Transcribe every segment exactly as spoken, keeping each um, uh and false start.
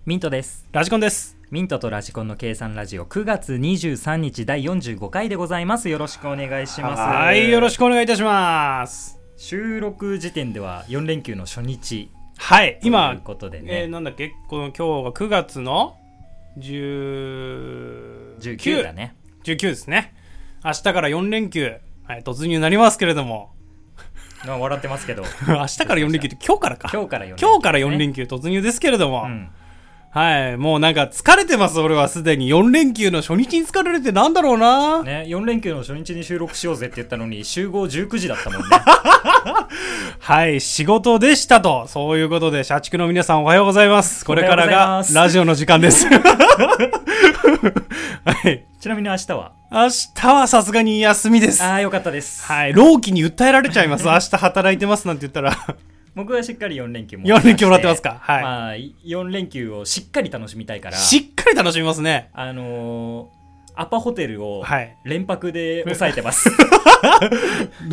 ミントです。 ラジコンです。 ミントとラジコンの計算ラジオくがつにじゅうさんにちだいよんじゅうごかいでございます。よろしくお願いします。 はい、よろしくお願いいたします。 収録時点ではよんれんきゅうの初日、 はい、今ということでね、 えー、なんだっけ、この今日がくがつのじゅうきゅうだね。 じゅうきゅうですね。明日からよんれんきゅう、はい、突入になりますけれども笑ってますけど明日からよんれんきゅうって今日からか今日からよんれんきゅう、ね、 今日からよんれんきゅう突入ですけれども、うん、はい、もうなんか疲れてます。俺はすでによんれんきゅうの初日に疲れるってなんだろうな、 ね、よんれんきゅうの初日に収録しようぜって言ったのに集合じゅうくじだったもんねはい、仕事でしたと。そういうことで社畜の皆さんおはようございます。これからがラジオの時間ですはい、 ちなみに明日は明日はさすがに休みです。 ああ、よかったです。 はい、労基に訴えられちゃいます明日働いてますなんて言ったら僕はしっかりよんれんきゅうもよんれんきゅうもらってますか。はい、 まあ、よんれんきゅうをしっかり楽しみたいからしっかり楽しみますね。 あのー、アパホテルを連泊で抑えてます、 はい、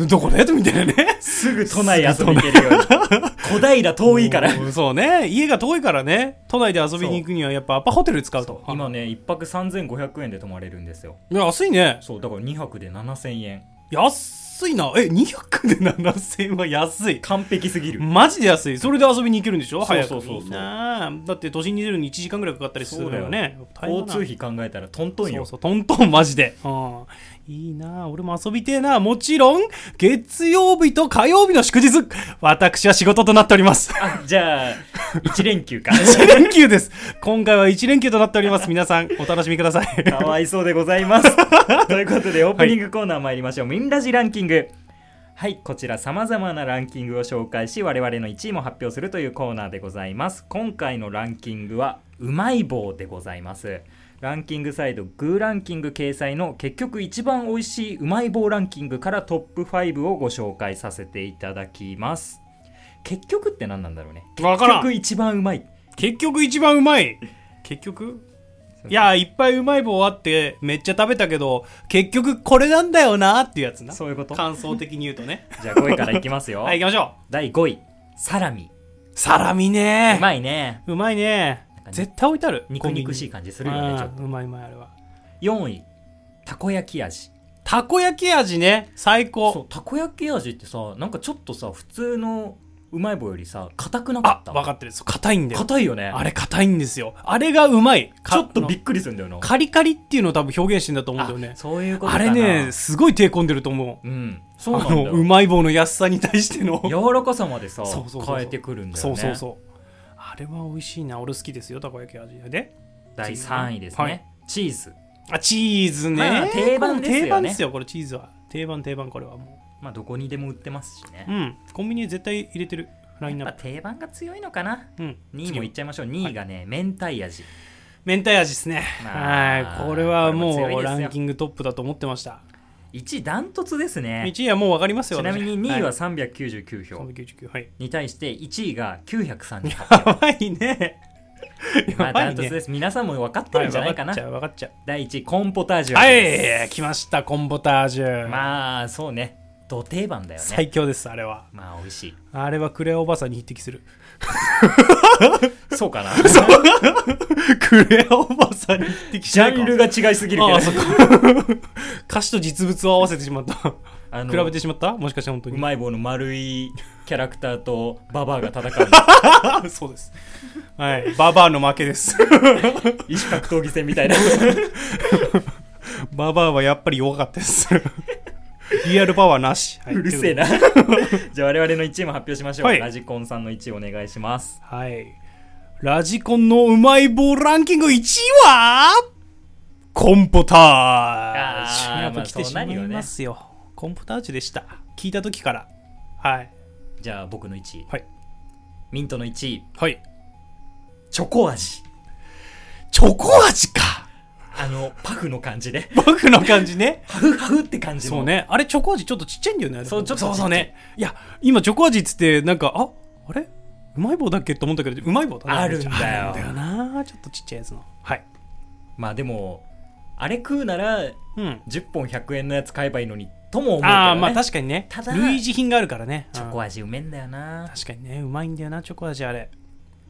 どこでみたいなね、 すぐ都内遊びに行けるように小平遠いからそうね、家が遠いからね、都内で遊びに行くにはやっぱアパホテル使うと。 今ねいっぱくさんぜんごひゃくえんで泊まれるんですよ。 いや安いね。 そうだからにはくでななせんえん。 安いな。え、にひゃくでななせんえんは安い。 完璧すぎる。 マジで安い。それで遊びに行けるんでしょ。 そうそうそうそう。 なだって都心に出るのにいちじかんぐらいかかったりするのよね。 交通費考えたらトントンよ。 そうそう、トントンマジで、うん、いいな。俺も遊びてえな。もちろん月曜日と火曜日の祝日、私は仕事となっております。 あ、じゃあいちれんきゅうか。 いちれんきゅうです。今回はいちれんきゅうとなっております。皆さんお楽しみください。 かわいそうでございますということでオープニングコーナー参りましょう、はい、ミンラジランキング。はい、こちら様々なランキングを紹介し我々のいちいも発表するというコーナーでございます。今回のランキングはうまい棒でございます。ランキングサイトグーランキング掲載の結局一番美味しいうまい棒ランキングからトップごをご紹介させていただきます。結局って何なんだろうね。結局一番うまい。 結局一番うまい。結局いやいっぱいうまい棒あってめっちゃ食べたけど結局これなんだよなっていうやつな。 そういうこと。 感想的に言うとねじゃあごいからいきますよはい、行きましょう。 だいごいサラミ。 サラミね、 うまいね。 うまいね。絶対置いてある。 肉肉しい感じするよね。ちょっとうまいうまい。あれはよんいたこ焼き味。 たこ焼き味ね、最高。 そう、たこ焼き味ってさ、なんかちょっとさ普通のうまい棒よりさ硬くなかった？ あ、分かってる。硬いんだよ。 硬いよね。 あれ硬いんですよ。あれがうまい。 ちょっとびっくりするんだよな。 カリカリっていうのを多分表現してんだと思うんだよね。 そういうことかな。 あれねすごい手込んでると思う。 うん、そうなんだよ。 あのうまい棒の安さに対しての柔らかさまでさそうそうそうそう変えてくるんだよね。 そうそうそう。あれは美味しいな。俺好きですよ、たこ焼き味で。 だいさんいですね、はい、チーズ。 あ、チーズね、まあ、 定番ですよね。 定番ですよこれ。チーズは定番定番。これはもうまあどこにでも売ってますしね。 うん、コンビニで絶対入れてるラインナップ。 定番が強いのかな。うん、にいもいっちゃいましょう。にいがね、はい、明太味。 明太味ですね、まあ、はい。これはもうランキングトップだと思ってました。 いちいダントツですね。 いちいはもう分かりますよ。 ちなみににいはさんびゃくきゅうじゅうきゅうひょう、はい、に対していちいがきゅうひゃくさんじゅうはちひょう。 やばいね。 まあダントツです。皆さんも分かってるんじゃないかな。 はい、分かっちゃう分かっちゃう。 だいいちいコーンポタージュ。 はい、来ましたコーンポタージュ。 まあそうね、ド定番だよね。 最強です。あれはまあ美味しい。 あれはクレアおばさんに匹敵するそうかなクレアおばさんに匹敵しないか。 ジャンルが違いすぎるけど。あ、そっか歌詞と実物を合わせてしまったあの比べてしまった。もしかして本当にうまい棒の丸いキャラクターとババアが戦うそうです、はい、ババアの負けです異種格闘技戦みたいなババアはやっぱり弱かったですリアルパワーなし、 はい、うるせえなじゃあ我々のいちいも発表しましょう、はい、ラジコンさんのいちいお願いします。 はい、ラジコンのうまい棒ランキングいちいはコンポタージュ。やっぱ来てしまいますよ、まあね、コンポタージュでした。聞いた時から。はい、 じゃあ僕のいちい、 はい、 ミントのいちい、 はい、 チョコ味。 チョコ味か。 あのパフの感じでパフの感じねハフハフって感じの。 そうね、あれチョコ味ちょっとちっちゃいんだよね。 そう、ちょっとそうそうね。いや今チョコ味っつってなんかああれうまい棒だっけと思ったけどうまい棒だね。 あるんだよ。 あるんだよな、ちょっとちっちゃいやつの。はい。 まあでもあれ食うなら、うん、じゅっぽんひゃくえんのやつ買えばいいのにとも思うけどね。 ああまあ確かにね。ただ類似品があるからね。 チョコ味うめんだよな。 確かにね、うまいんだよなチョコ味あれ。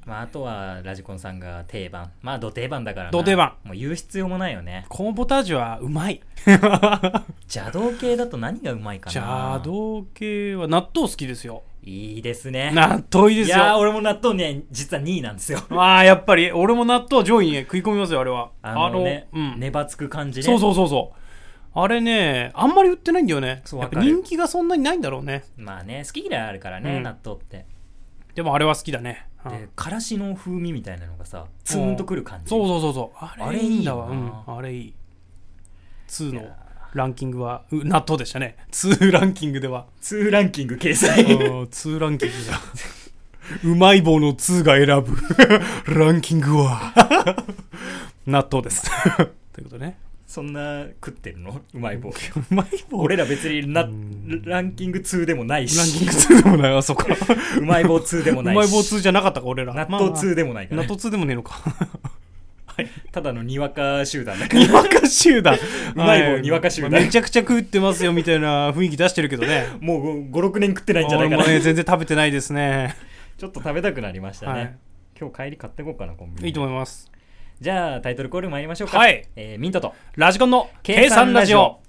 まあ、あとはラジコンさんが定番、まあど定番だからな、 ど定番、 もう言う必要もないよね。 コーンポタージュはうまい。 邪道系だと何がうまいかな。 邪道系は納豆好きですよ。 いいですね、 納豆いいですよ。 いやー俺も納豆ね実はにいなんですよ。 ああやっぱり俺も納豆上位に食い込みますよあれは。 あのね、 あの、うん、 ねばつく感じね。 そうそうそうそう、あれねあんまり売ってないんだよね。 そうやっぱ人気がそんなにないんだろうね。 まあね好き嫌いあるからね、 うん、 納豆って。でもあれは好きだね。 でからしの風味みたいなのがさツーンとくる感じ。 そうそうそうそう、あれいいんだわ。 あれいいな、 うん、あれいい。にのランキングは納豆でしたね。にランキングではにランキング掲載。 にランキングだ。うまい棒のにが選ぶランキングは納豆ですということね。 そんな食ってるのうまい棒。うまい棒俺ら別になランキングにでもないし、 ランキングにでもない。あそこうまい棒にでもないし、 うまい棒にじゃなかったか俺ら。 納豆にでもないから、ね、 納豆にでもねえのかはい、ただのにわか集団だから。 にわか集団うまい棒にわか集団、 めちゃくちゃ食ってますよみたいな雰囲気出してるけどね。 もうごろくねん食ってないんじゃないかな。 俺もね全然食べてないですね。 ちょっと食べたくなりましたね、はい、今日帰り買ってこうかなコンビニ。 いいと思います。 じゃあタイトルコール参りましょうか。 はい、 えー、ミントとラジコンの計算ラジオ。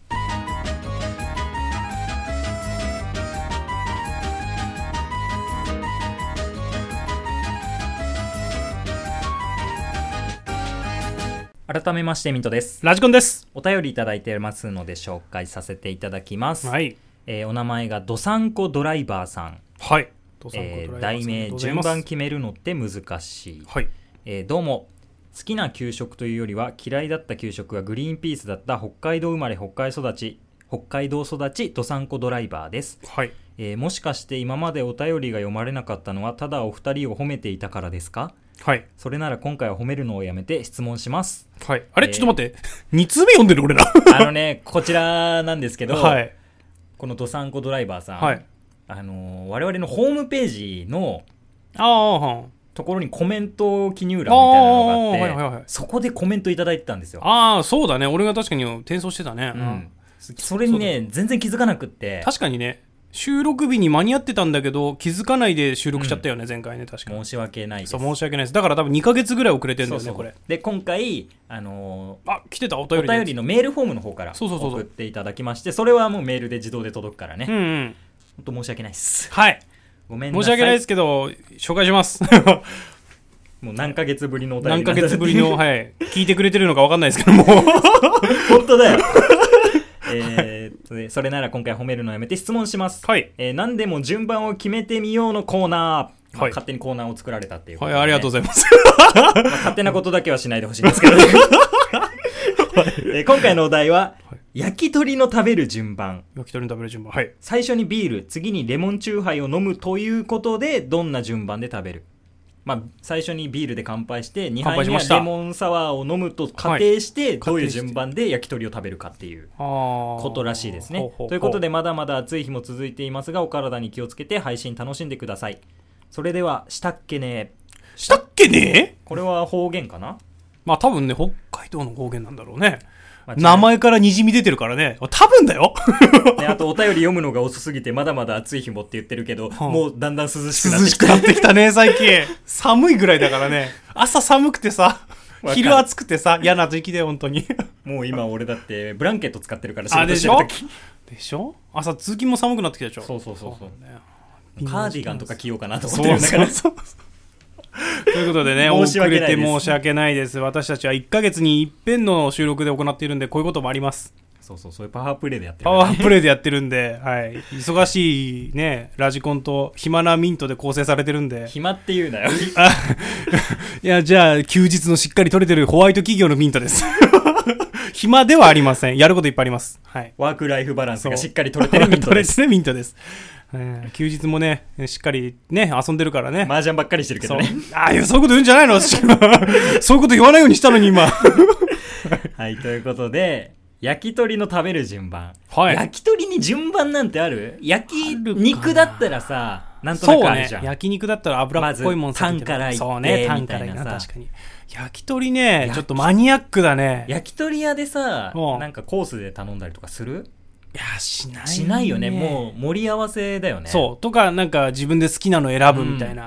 改めましてミントです。 ラジコンです。 お便りいただいてますので紹介させていただきます、 はい。 えー、お名前がどさんこドライバーさん。 はい、 えー、題名順番決めるのって難しい、 はい。 えー、どうも好きな給食というよりは嫌いだった給食はグリーンピースだった北海道生まれ北海育ち北海道育ちどさんこドライバーです、 はい。 えー、もしかして今までお便りが読まれなかったのはただお二人を褒めていたからですか？ はい。 それなら今回は褒めるのをやめて質問します。 はい。あれ、 えー、 ちょっと待ってに通目読んでる俺らあのねこちらなんですけど、 はい、 このどさんこドライバーさん、 はい、 あのー、我々のホームページのあところにコメント記入欄みたいなのがあって、 はいはいはい、 そこでコメントいただいてたんですよ。 ああそうだね、俺が確かに転送してたね、 うん、それにね全然気づかなくって。 確かにね収録日に間に合ってたんだけど気づかないで収録しちゃったよね、うん、前回ね。確かに申し訳ないです。 そう申し訳ないです。だから多分にかげつぐらい遅れてるんだよね。 そうそうこれで今回、あのー、 あ来てたお便りお便りのメールフォームの方から送っていただきまして、それはもうメールで自動で届くからね、 うんうん、 本当申し訳ないです。 はいごめんなさい。 申し訳ないですけど紹介しますもう何ヶ月ぶりのお便り何ヶ月ぶりの、はい、聞いてくれてるのか分かんないですけども本当だよえー、それなら今回褒めるのやめて質問します、 はい。 えー、何でも順番を決めてみようのコーナー、まあはい、 勝手にコーナーを作られたっていうことで、 ね、はい、ありがとうございますまあ、勝手なことだけはしないでほしいんですけど、ねはいえー、今回のお題は、はい、焼き鳥の食べる順番。 焼き鳥の食べる順番、はい、 最初にビール、次にレモンチューハイを飲むということでどんな順番で食べる。まあ、最初にビールで乾杯してにはいめはレモンサワーを飲むと仮定してどういう順番で焼き鳥を食べるかっていうことらしいですね。 ほうほうほう。 ということでまだまだ暑い日も続いていますがお体に気をつけて配信楽しんでください。それではしたっけねしたっけね、 これは方言かな。 まあ多分ね北海道の方言なんだろうね。名前からにじみ出てるからね多分だよね、あとお便り読むのが遅すぎてまだまだ暑い日もって言ってるけど、はあ、もうだんだん涼しくなってきた。 涼しくなってきたね最近寒いぐらいだからね。朝寒くてさ昼暑くてさ嫌な時期で本当にもう今俺だってブランケット使ってるから仕事してる時でしょ。朝通勤も寒くなってきたでしょ。 そうそうそうそう、 そうね、カーディガンとか着ようかなと思ってるんだから。 そうそうそうということでね遅れて申し訳ないです。私たちはいっかげつに一遍の収録で行っているんでこういうこともあります。 そうそうそういうパワープレイでやってる、 ね、パワープレイでやってるんで、はい、忙しいねラジコンと暇なミントで構成されてるんで。 暇って言うなよいやじゃあ休日のしっかり取れてるホワイト企業のミントです暇ではありません。やることいっぱいあります、はい、 ワークライフバランスがしっかり取れてるミントです。取れてるミントです。えー、休日もねしっかりね遊んでるからね。 麻雀ばっかりしてるけどね。 そうああいうそういうこと言うんじゃないのそういうこと言わないようにしたのに今はいということで焼き鳥の食べる順番、 はい、 焼き鳥に順番なんてある？焼き肉だったらさなんとなくあるじゃん。 そうね、焼き肉だったら脂っこいもんまずタンからいってそうねタンからいな確かに。焼き鳥ねちょっとマニアックだね。 焼き鳥屋でさなんかコースで頼んだりとかする？ いやしない、ね、 しないよね。もう盛り合わせだよね。 そうとかなんか自分で好きなの選ぶみたいな、うん、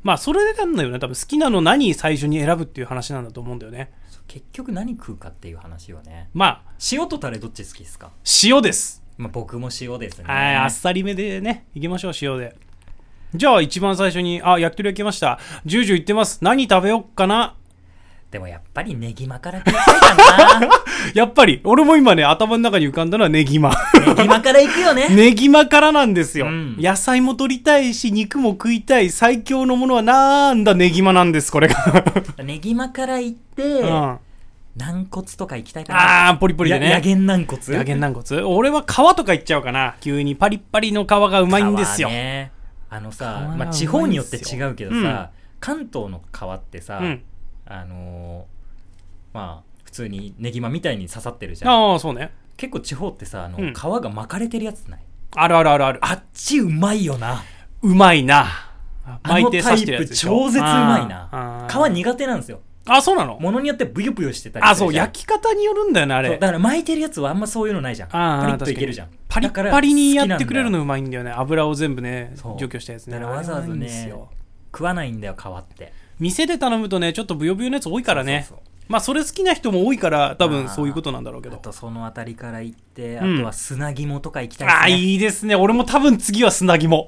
まあそれなんだよね、多分好きなの何最初に選ぶっていう話なんだと思うんだよね。 結局何食うかっていう話よね。 まあ塩とタレどっち好きですか？ 塩です。 まあ、僕も塩ですね。 はい、あっさりめでねいきましょう、塩で。じゃあ一番最初に、あ、焼き鳥焼きました、ジュージュー言ってます、何食べよっかな。 でもやっぱりネギマから食いたいかなやっぱり俺も今ね頭の中に浮かんだのはネギマネギマから行くよねネギマからなんですよ、 うん、 野菜も取りたいし肉も食いたい最強のものはなんだ、ネギマなんです、これがネギマから行って、うん、軟骨とか行きたいかな。あーポリポリでね、 やげん軟骨やげん軟骨、俺は皮とか行っちゃうかな。急にパリッパリの皮がうまいんですよ。 ね、あのさ、まあ、地方によって違うけどさ、うん、関東の皮ってさ、うん、あのーまあ普通にネギマみたいに刺さってるじゃん。 ああそうね。 結構地方ってさ、あの、うん、皮が巻かれてるやつない？ あるあるあるある。 あっちうまいよな。 うまいな。 あのタイプ超絶うまいな。皮苦手なんですよ。 あ、そうなの？ ものによってブヨブヨしてたりするじゃん。 あ、そう、焼き方によるんだよね、あれ。 だから巻いてるやつはあんまそういうのないじゃん。パリッといけるじゃん。 パリッパリにやってくれるのうまいんだよね。油を全部ね除去したやつね。 だからわざわざね食わないんだよ、皮って。 店で頼むとねちょっとブヨブヨのやつ多いからね。そうそうそう、まあそれ好きな人も多いから多分そういうことなんだろうけど。 あとそのあたりから行って、あとは砂肝とか行きたいですね。 あ、いいですね。俺も多分次は砂肝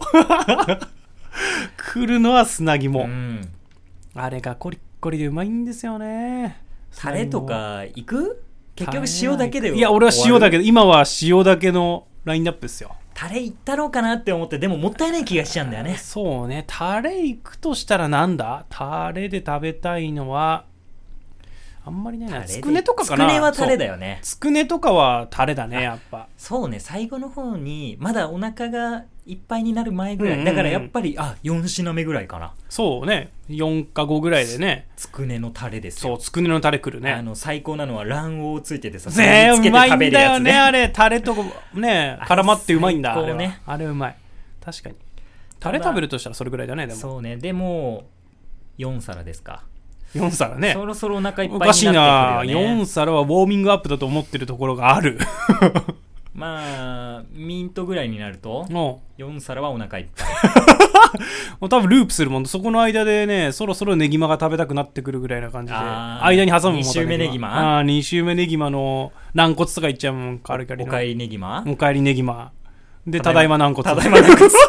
来るのは砂肝、うん、あれがコリッコリでうまいんですよね。 タレとか行く？結局塩だけで。 いや俺は塩だけど、今は塩だけのラインナップですよ。 タレ行ったろうかなって思って、でももったいない気がしちゃうんだよね。 そうね、タレ行くとしたらなんだ、タレで食べたいのはあんまりないな。つくねとかかな。 つくねはタレだよね。 つくねとかはタレだね、やっぱ。 そうね、最後の方にまだお腹がいっぱいになる前ぐらい、うんうんうん、だからやっぱりあよん品目ぐらいかな。 そうね、よんかごぐらいでね。 つくねのタレですよ。 そう、つくねのタレくるね。 あの最高なのは卵黄ついててさ、 ね、つけて食べるやつね。うまいんだよね、あれ。タレとね絡まってうまいんだ、あれはね。あれうまい。確かにタレ食べるとしたらそれぐらいだね。でもそうね、でもよん皿ですか。 よん皿ね。 そろそろお腹いっぱいになってくるよね。 おかしいな。よん皿はウォーミングアップだと思ってるところがあるまあミントぐらいになるとよん皿はお腹いっぱいもう多分ループするもん。そこの間でねそろそろネギマが食べたくなってくるぐらいな感じで、間に挟むもん。に周目ネギマ。 あに周目ネギマの軟骨とかいっちゃうもん。カリカリのおかえりネギマ。 おかえりネギマでただいま軟骨。ただいま軟骨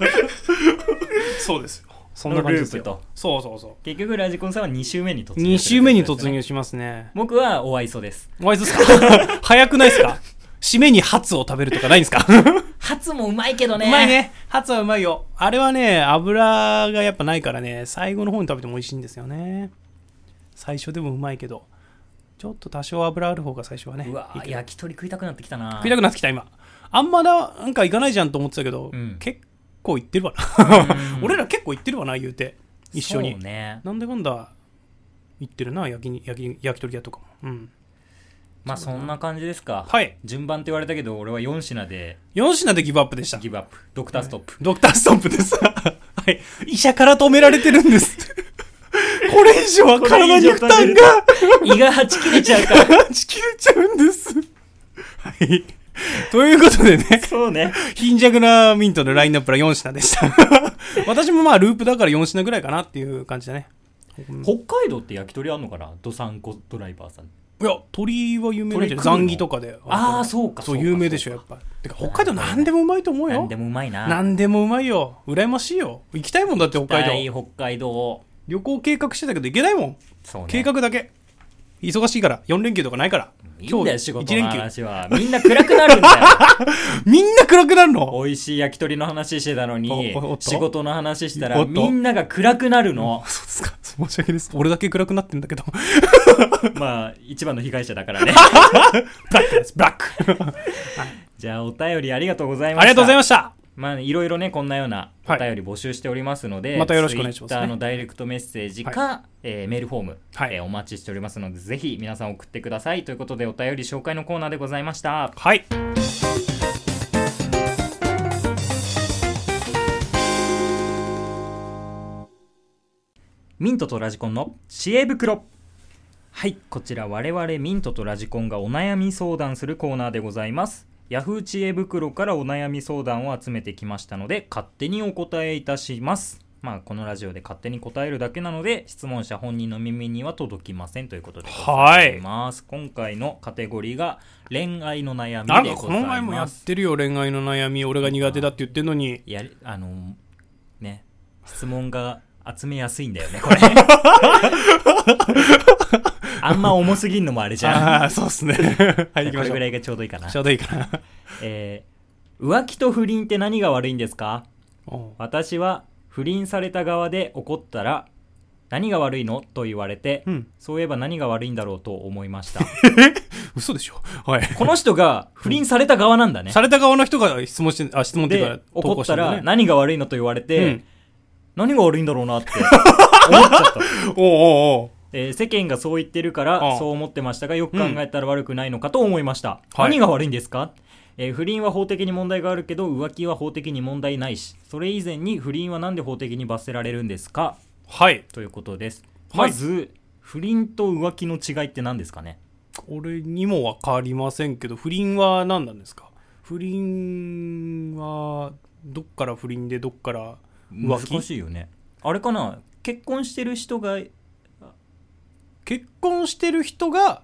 そうですよ。そんな感じですよ。とそうそうそう。 結局ラジコンさんはに周目に突入、ね、 に周目に突入しますね。 僕はお愛想です。 お愛想ですか早くないですか締めにハツを食べるとかないんですかハツもうまいけどね。 うまいね。ハツはうまいよ。あれはね油がやっぱないからね、最後の方に食べても美味しいんですよね。最初でもうまいけどちょっと多少油ある方が最初はね。 うわい焼き鳥食いたくなってきたな。 食いたくなってきた今。あんまだなんか行かないじゃんと思ってたけど、うん、結構行ってるわな俺ら結構行ってるわな言うて一緒に。 そうね、 なんでかんだ行ってるな、焼き、焼き、焼き鳥屋とかも。うん。 まあそんな感じですか。 はい。 順番って言われたけど俺はよん品でよん品でギブアップでした。 ギブアップ。ドクターストップ、 はい、ドクターストップですはい医者から止められてるんですこれ以上は体に負担が胃がはち切れちゃうからはち切れちゃうんですはいということでね、 そうね、 貧弱なミントのラインナップはよん品でした私もまあループだからよん品ぐらいかなっていう感じだね。 北海道って焼き鳥あんのかな、ドサンコドライバーさん。 いや鳥は有名なんじゃない、ザンギとかで。 ああそうか、 そう有名でしょやっぱ。てか北海道なんでもうまいと思うよ。 なんでもうまいな。 なんでもうまいよ。羨ましいよ。行きたいもんだって北海道。 北海道旅行計画してたけど行けないもん。 そうね、 計画だけ。忙しいからよん連休とかないから。 いいんだよ仕事の話は。みんな暗くなるんだよみんな暗くなるの。 美味しい焼き鳥の話してたのに仕事の話したらみんなが暗くなるの。 そうですか、申し訳ないです。俺だけ暗くなってんだけどまあ一番の被害者だからねブラックですブラック、はい、 じゃあお便りありがとうございました。 ありがとうございました。 まあいろいろねこんなようなお便り募集しておりますので、はい、 またよろしくお願いします、ね、 Twitter のダイレクトメッセージか、はい、えー、メールフォーム、はい、えー、お待ちしておりますのでぜひ皆さん送ってくださいということでお便り紹介のコーナーでございました。 はい。 ミントとラジコンの知恵袋。はい、こちら我々ミントとラジコンがお悩み相談するコーナーでございます。ヤフー知恵袋からお悩み相談を集めてきましたので勝手にお答えいたします。 まあこのラジオで勝手に答えるだけなので質問者本人の耳には届きませんということでございます、はい、今回のカテゴリーが恋愛の悩みでございます。なんかこの前もやってるよ、恋愛の悩み。俺が苦手だって言ってんのに。 やあのね質問が集めやすいんだよねこれあんま重すぎんのもあれじゃん。 ああそうっすねはい行きましょう。 これぐらいがちょうどいいかな。 ちょうどいいかなえー、浮気と不倫って何が悪いんですか？私は不倫された側で怒ったら何が悪いのと言われて、うん、そういえば何が悪いんだろうと思いました嘘でしょ、はい、 この人が不倫された側なんだね、 うん、された側の人が質問してあ質問っていうか、 ね、怒ったら何が悪いのと言われて、うん、何が悪いんだろうなって思っちゃったおうおうおう、えー、世間がそう言ってるからそう思ってましたが、よく考えたら悪くないのかと思いました、うん、何が悪いんですか、はい、えー、不倫は法的に問題があるけど浮気は法的に問題ないし、それ以前に不倫はなんで法的に罰せられるんですか、 はいということです。まず、はい、不倫と浮気の違いって何ですかね。 俺にも分かりませんけど、不倫は何なんですか。不倫はどっから不倫でどっから浮気。 難しいよね。あれかな、結婚してる人が結婚してる人が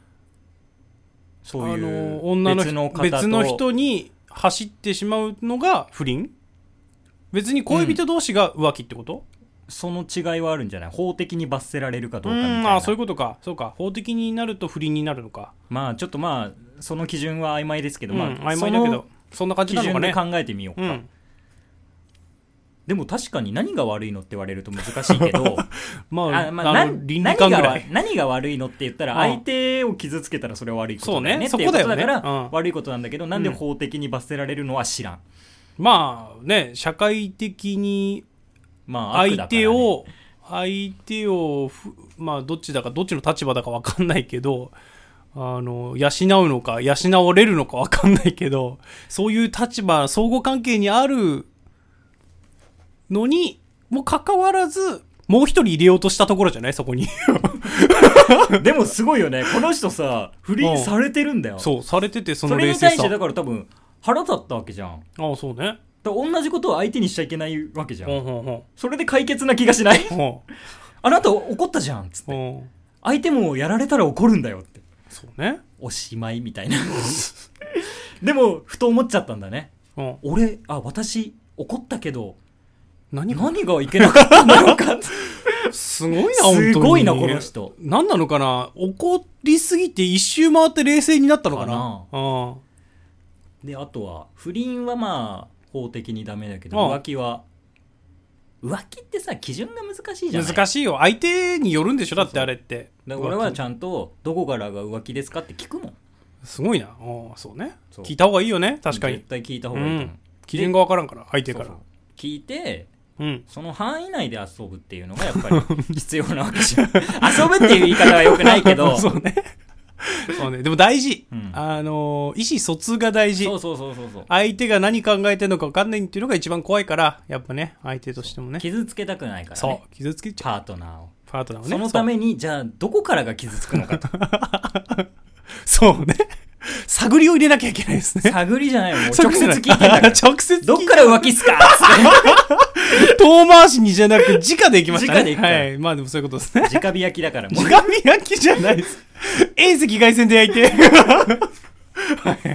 そういう女の別の方と別の人に走ってしまうのが不倫。別に恋人同士が浮気ってこと、うん、 その違いはあるんじゃない。法的に罰せられるかどうかみたいな。 うん、あ、そういうことか。そうか、法的になると不倫になるのか。 まあちょっとまあその基準は曖昧ですけど、うん、まあ曖昧だけどそんな感じなのかね。 基準で考えてみようか、うん、でも確かに何が悪いのって言われると難しいけどまあ、あまあ、あの倫理観ぐらい何が、何が悪いのって言ったら相手を傷つけたらそれは悪いことだよねっていうことだから悪いことなんだけど、なんで法的に罰せられるのは知らん、うん、 まあね、社会的に相手を、まあね、相手をまあどっちだかどっちの立場だか分かんないけど、あの養うのか養われるのか分かんないけど、そういう立場相互関係にあるのにもかかわらずもう一人入れようとしたところじゃない、そこにでもすごいよね、この人さ不倫されてるんだよ、うん、 そうされてて、その冷静さそれに対してだから多分腹立ったわけじゃん。 ああそうね、 同じことを相手にしちゃいけないわけじゃん、 うんうんうん、 それで解決な気がしない、うん、あなた怒ったじゃんっつって、うん、相手もやられたら怒るんだよって。 そうね、 おしまいみたいなでもふと思っちゃったんだね、うん、俺あ私怒ったけど何 が, 何がいけなかったんだろうかすごいな、本当にすごいなこの人。 何なのかな、怒りすぎて一周回って冷静になったのかな。かなあで、あとは不倫はまあ法的にダメだけど、浮気は浮気ってさ基準が難しいじゃない。 難しいよ、相手によるんでしょ。だってあれってだから俺はちゃんとどこからが浮気ですかって聞くもん。 すごいな。あそうね、そう聞いた方がいいよね。確かに絶対聞いた方がいいと思う、うん、 基準が分からんから相手からそうそう聞いて、うん、その範囲内で遊ぶっていうのがやっぱり必要なわけじゃん遊ぶっていう言い方はよくないけどそうねそうね、でも大事、うん、あの意思疎通が大事。 そうそうそうそうそう、 相手が何考えてるのか分かんないっていうのが一番怖いから、やっぱね相手としてもね傷つけたくないからね。 そう傷つけちゃうパートナーをパートナーをね。 そのためにじゃあどこからが傷つくのかとそうね、探りを入れなきゃいけないですね。 探りじゃないよ、もう直接聞いてんだから直接どっから浮気っすかって遠回しにじゃなく直で行きましたね。 直で行くから、 はい、まあでもそういうことですね。 直火焼きだからもう直火焼きじゃないです。遠赤外線で焼いてはいはい、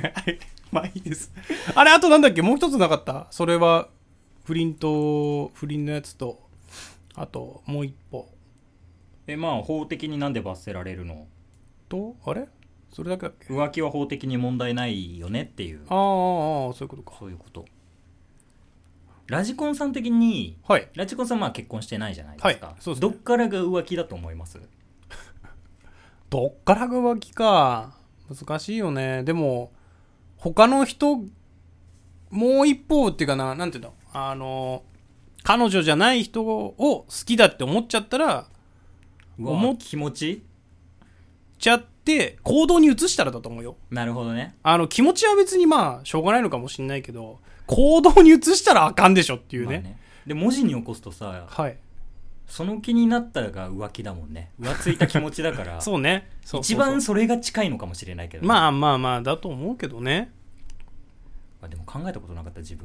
まあいいです。あれあとなんだっけ、もう一つなかった。それは不倫と不倫のやつと、あともう一歩。 えまあ法的になんで罰せられるのと、あれそれだけだっけ。 浮気は法的に問題ないよねっていう。 ああそういうことか。 そういうこと。ラジコンさん的に、 はい、 ラジコンさんまあ結婚してないじゃないですか、 はい、そうですね。 どっからが浮気だと思いますどっからが浮気か難しいよね。でも他の人もう一方っていうかな、なんていうの、あの彼女じゃない人を好きだって思っちゃったら、 思っ気持ちちゃって行動に移したらだと思うよ。 なるほどね。 あの気持ちは別にまあしょうがないのかもしれないけど、行動に移したらあかんでしょっていうね。まあ、ねで文字に起こすとさ、 はい、 その気になったが浮気だもんね。浮ついた気持ちだからそうね、そうそうそう、 一番それが近いのかもしれないけど、ね、 まあまあまあだと思うけどね。 あでも考えたことなかった自分は。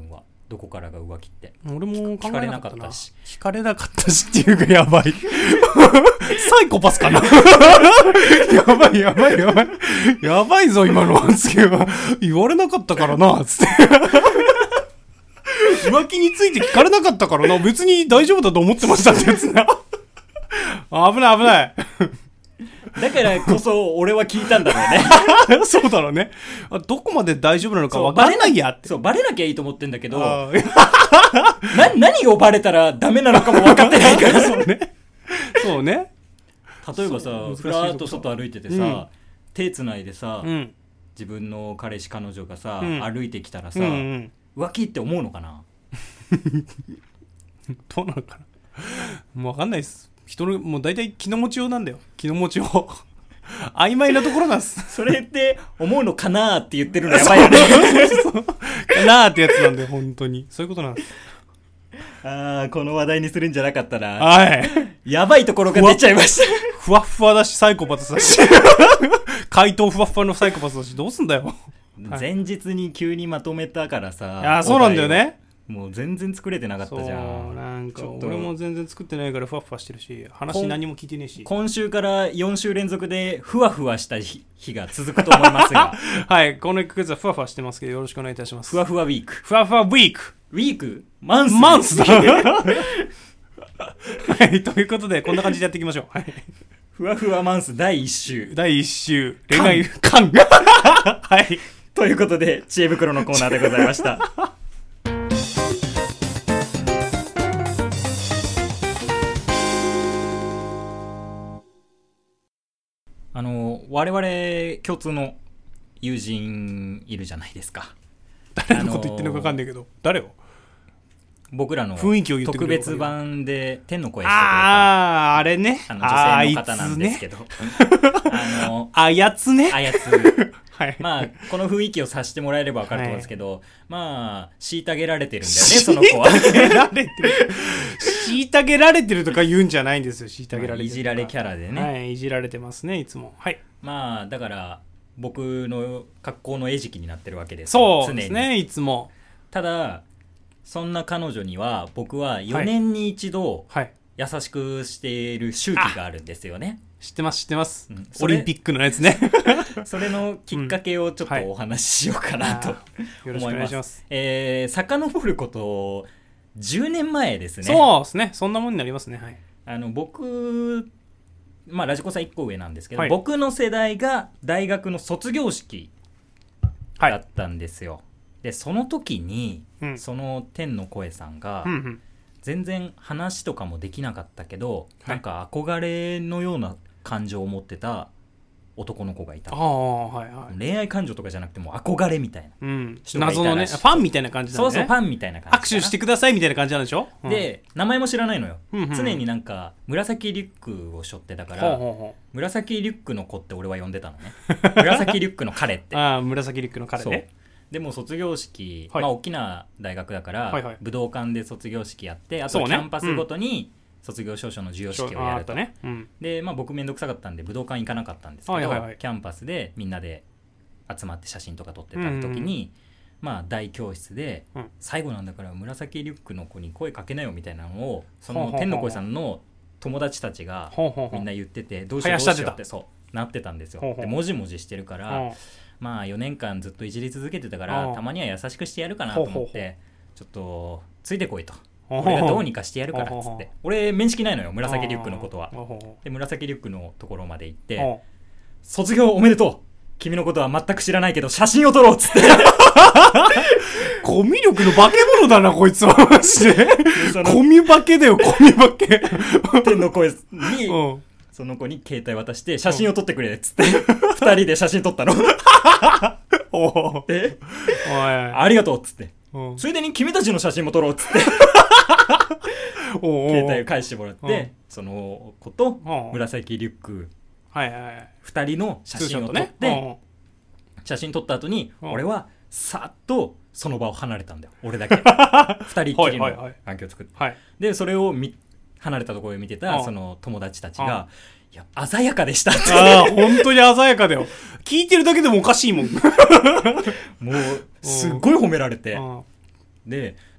どこからが浮気って。 俺も考えなかったな。 聞かれなかったし聞かれなかったしっていうかやばいサイコパスかなやばいやばいやばいやばいぞ今の発言は。言われなかったからなつって浮気について聞かれなかったからな、別に大丈夫だと思ってましたってやつな危ない危ないだからこそ俺は聞いたんだろうねそうだろうね。どこまで大丈夫なのか分からないやって。 そう、バレなきゃいいと思ってんだけどな何をバレたらダメなのかも分かってないからそうねそうね。 例えばさ、ふらーっと外歩いててさ、うん、手つないでさ、 うん、 自分の彼氏彼女がさ、うん、歩いてきたらさ、 うんうん、 浮気って思うのかなどうなのかなもう分かんないっす。人のもう大体気の持ちようなんだよ。気の持ちよう曖昧なところなんです。 それって思うのかなーって言ってるのやばいよねそうかなーってやつなんで本当にそういうことなんです。 あー、この話題にするんじゃなかったな。 はいやばいところが出ちゃいました。 ふわふわだしサイコパスだし回答ふわふわのサイコパスだしどうすんだよ前日に急にまとめたからさ。 あ、そうなんだよね。 もう全然作れてなかったじゃん。 そうなんか俺も全然作ってないからふわふわしてるし、話何も聞いてねえし。 今週からよん週連続でふわふわした日が続くと思いますがはい、このいっかげつはふわふわしてますけどよろしくお願いいたします。 ふわふわウィーク。 ふわふわウィークウィークマンスマンスだはいということでこんな感じでやっていきましょう。はいふわふわマンスだいいっ週だいいっ週恋愛観はいということで知恵袋のコーナーでございましたあの我々共通の友人いるじゃないですか。 誰のこと言ってるのか分かんないけど、誰を僕らの雰囲気を言ってく特れる別版で天の声してくれたあああれね、 あの女性の方なんですけどあ, あのあやつねあやつはい、 まあこの雰囲気を察してもらえれば分かると思うんですけど、はい、まあ虐げられてるんだよねその子は。 虐げられてる虐げられてるとか言うんじゃないんですよ。虐げられてる、まあ、 いじられキャラでね、 はい、いじられてますねいつも。はい、 まあだから僕の格好の餌食になってるわけです。 そうですねいつも。 ただそんな彼女には僕はよねんに一度優しくしている周期があるんですよね、はい知ってます知ってます、うん、オリンピックのやつねそれのきっかけをちょっとお話ししようかなと、うんはい、思います。よろしくお願いします。えー、遡ることじゅうねんまえですね。 そうですねそんなもんになりますね。はい、 あの僕まあラジコさんいっこ上なんですけど、はい、僕の世代が大学の卒業式だったんですよ、はい、でその時に、うん、その天の声さんが、うんうん全然話とかもできなかったけど、はい、なんか憧れのような感情を持ってた男の子がいた。 あ、はいはい、 恋愛感情とかじゃなくても憧れみたいな、うん、 謎のねファンみたいな感じだね。 そうそうファンみたいな感じ握手してくださいみたいな感じなんでしょ、うん、 で名前も知らないのよ、うんうん、常になんか紫リュックを背負ってたからほうほうほう紫リュックの子って俺は呼んでたのね紫リュックの彼ってああ紫リュックの彼ね。 でも卒業式、はいまあ、大きな大学だから、はいはい、武道館で卒業式やってあとキャンパスごとに卒業証書の授与式をやると、ねうん、で、まあ、僕めんどくさかったんで武道館行かなかったんですけど、はいはいはい、キャンパスでみんなで集まって写真とか撮ってた時に、うんまあ、大教室で、うん、最後なんだから紫リュックの子に声かけなよみたいなのをその天の声さんの友達たちがみんな言っててどうしようどうしようってそうなってたんですよ。でもじもじしてるからまあよねんかんずっといじり続けてたからたまには優しくしてやるかなと思ってちょっとついてこいと俺がどうにかしてやるからっつって俺面識ないのよ紫リュックのことは。で紫リュックのところまで行って卒業おめでとう君のことは全く知らないけど写真を撮ろうっつってコミュ力の化け物だなこいつはマジでコミュ化けだよコミュ化け天の声にその子に携帯渡して写真を撮ってくれっつって二人で写真撮ったのおでおいありがとうっつってついでに君たちの写真も撮ろうっつってお携帯を返してもらってその子と紫リュック二人の写真を撮って、ね、写真撮った後に俺はさっとその場を離れたんだよ俺だけ二人っきりの環境を作って、はいはいはい、でそれを見離れたところを見てたその友達たちがいや鮮やかでしたってあ本当に鮮やかだよ聞いてるだけでもおかしいもんもうすっごい褒められてで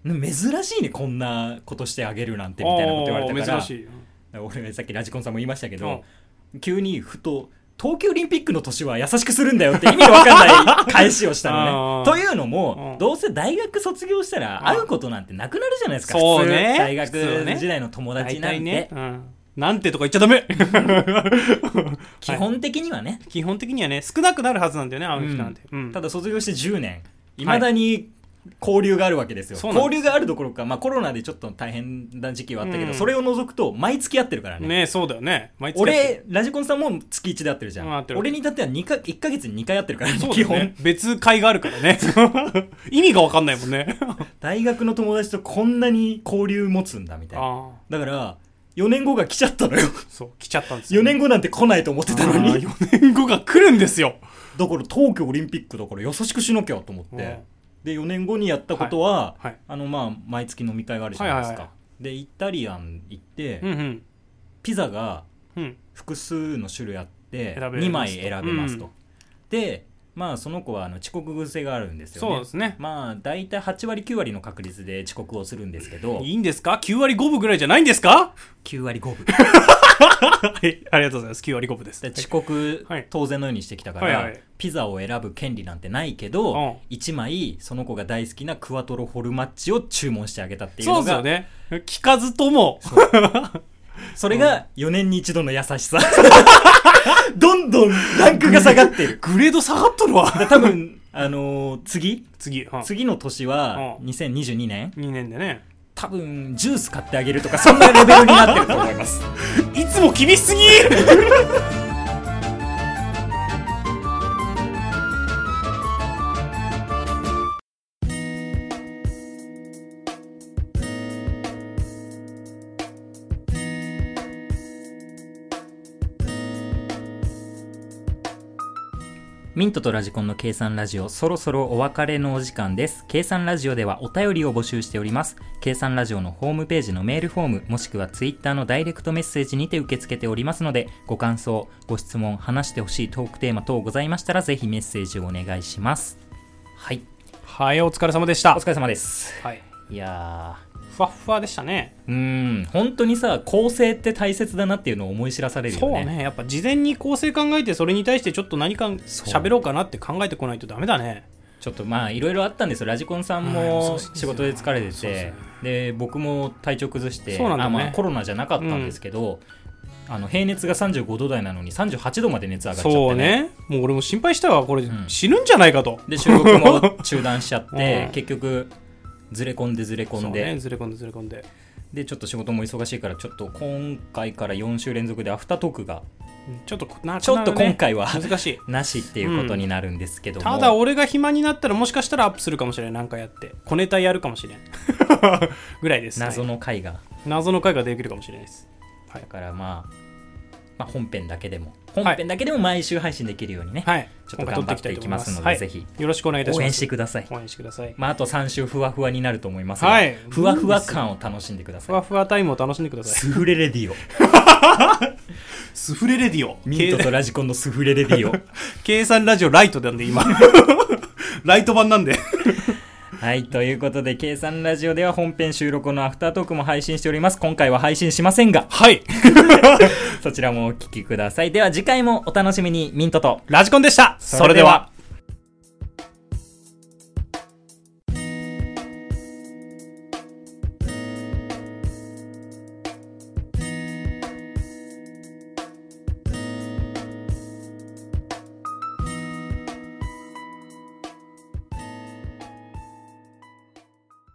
珍しいねこんなことしてあげるなんてみたいなこと言われたから、 珍しい。 俺さっきラジコンさんも言いましたけど、急にふと冬季オリンピックの年は優しくするんだよって意味わかんない返しをしたのねというのも、どうせ大学卒業したら会うことなんてなくなるじゃないですか。 そうね、 普通大学時代の友達なんて、ね、うん、 なんてとか言っちゃダメ基本的にはね、 基本的にはね少なくなるはずなんだよね、会う人なんて、うん、 ただ卒業してじゅうねんいまだに交流があるわけですよ。交流があるどころか、まあ、コロナでちょっと大変な時期はあったけど、うん、それを除くと毎月会ってるからね。 ね、そうだよね。毎月俺ラジコンさんも月いちで会ってるじゃん、うん、俺に至ってはにかいっかげつににかい会ってるからね、基本別会があるからね意味が分かんないもんね大学の友達とこんなに交流持つんだみたいな。だからよねんごが来ちゃったのよ。 そう来ちゃったんですよ、 ね、よねんごなんて来ないと思ってたのによねんごが来るんですよ。 だから東京オリンピックだから優しくしなきゃと思って、うんでよねんごにやったことは、はいはい、あのまあ毎月飲み会があるじゃないですか、はいはいはい、でイタリアン行って、うんうん、ピザが複数の種類あってにまい選べますと、うん、でまあその子はあの遅刻癖があるんですよね。 そうですね。 まあだいたいはちわりきゅうわりの確率で遅刻をするんですけど、 いいんですか？きゅうわりごぶぐらいじゃないんですか？ きゅうわりごぶはい、ありがとうございます。きゅうわりごぶです。 で遅刻、はい、当然のようにしてきたから、はいはい、ピザを選ぶ権利なんてないけど、うん、いちまいその子が大好きなクワトロフォルマッチを注文してあげたっていうのが、 そうですよね。聞かずともそれがよねんに一度の優しさどんどんランクが下がってるグレード下がっとるわ多分あのー、次次、うん、 次の年はにせんにじゅうにねんにねんでね、 多分ジュース買ってあげるとかそんなレベルになってると思いますいつも厳しすぎミントとラジコンの計算ラジオ、そろそろお別れのお時間です。計算ラジオではお便りを募集しております。計算ラジオのホームページのメールフォーム、もしくはツイッターのダイレクトメッセージにて受け付けておりますので、ご感想、ご質問、話してほしいトークテーマ等ございましたら、ぜひメッセージをお願いします。はい。 はい、お疲れ様でした。 お疲れ様です。 はい。 いやー。 ふわふわでしたね。 うーん、本当にさ、構成って大切だなっていうのを思い知らされるよね。 そうね、やっぱ事前に構成考えて、それに対してちょっと何か喋ろうかなって考えてこないとダメだね。 ちょっとまあいろいろあったんですよ。ラジコンさんも仕事で疲れてて、で僕も体調崩して、 そうなんだね、 あ、まあ、コロナじゃなかったんですけど、うん、あの平熱がさんじゅうごど台なのにさんじゅうはちどまで熱上がっちゃってね。 そうね、もう俺も心配したわ、これ、うん、死ぬんじゃないかと。 で収録も中断しちゃって、うん、結局ずれ込んでずれ込んで、 そうね、ずれ込んでずれ込んででちょっと仕事も忙しいから、ちょっと今回からよんしゅう連続でアフタートークがちょっとなちょっと今回は難しいなしっていうことになるんですけども、 うん、ただ俺が暇になったらもしかしたらアップするかもしれない。なんかやって小ネタやるかもしれんぐらいです。 謎の回が、はい、 謎の回ができるかもしれないです、 はい、だからまあまあ、本編だけでも本編だけでも毎週配信できるようにね、はい、ちょっと頑張っていきますので、はい、ぜひよろしくお願いいたします。 応援してください。 応援してください。 まあ、あとさん週ふわふわになると思いますが、 はい、 ふわふわ感を楽しんでください。 ふわふわタイムを楽しんでください。 スフレレディオスフレレディオ、 ミントとラジコンのスフレレディオ計算ラジオライトなんで今ライト版なんではい、ということで計算ラジオでは本編収録のアフタートークも配信しております。今回は配信しませんが、 はいそちらもお聞きください。では次回もお楽しみに。ミントとラジコンでした。それでは。